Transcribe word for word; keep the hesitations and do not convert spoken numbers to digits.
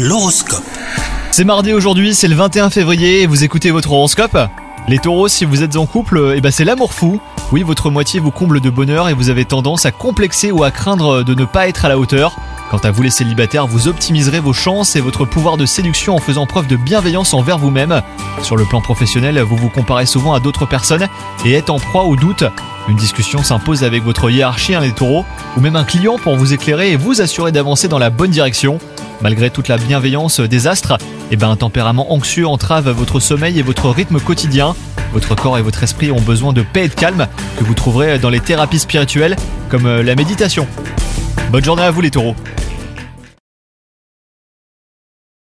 L'horoscope. C'est mardi aujourd'hui, c'est le vingt et un février et vous écoutez votre horoscope. Les taureaux, si vous êtes en couple, eh ben c'est l'amour fou. Oui, votre moitié vous comble de bonheur et vous avez tendance à complexer ou à craindre de ne pas être à la hauteur. Quant à vous les célibataires, vous optimiserez vos chances et votre pouvoir de séduction en faisant preuve de bienveillance envers vous-même. Sur le plan professionnel, vous vous comparez souvent à d'autres personnes et êtes en proie au doute. Une discussion s'impose avec votre hiérarchie, hein, les taureaux, ou même un client pour vous éclairer et vous assurer d'avancer dans la bonne direction. Malgré toute la bienveillance des astres, eh ben un tempérament anxieux entrave votre sommeil et votre rythme quotidien. Votre corps et votre esprit ont besoin de paix et de calme que vous trouverez dans les thérapies spirituelles comme la méditation. Bonne journée à vous les taureaux.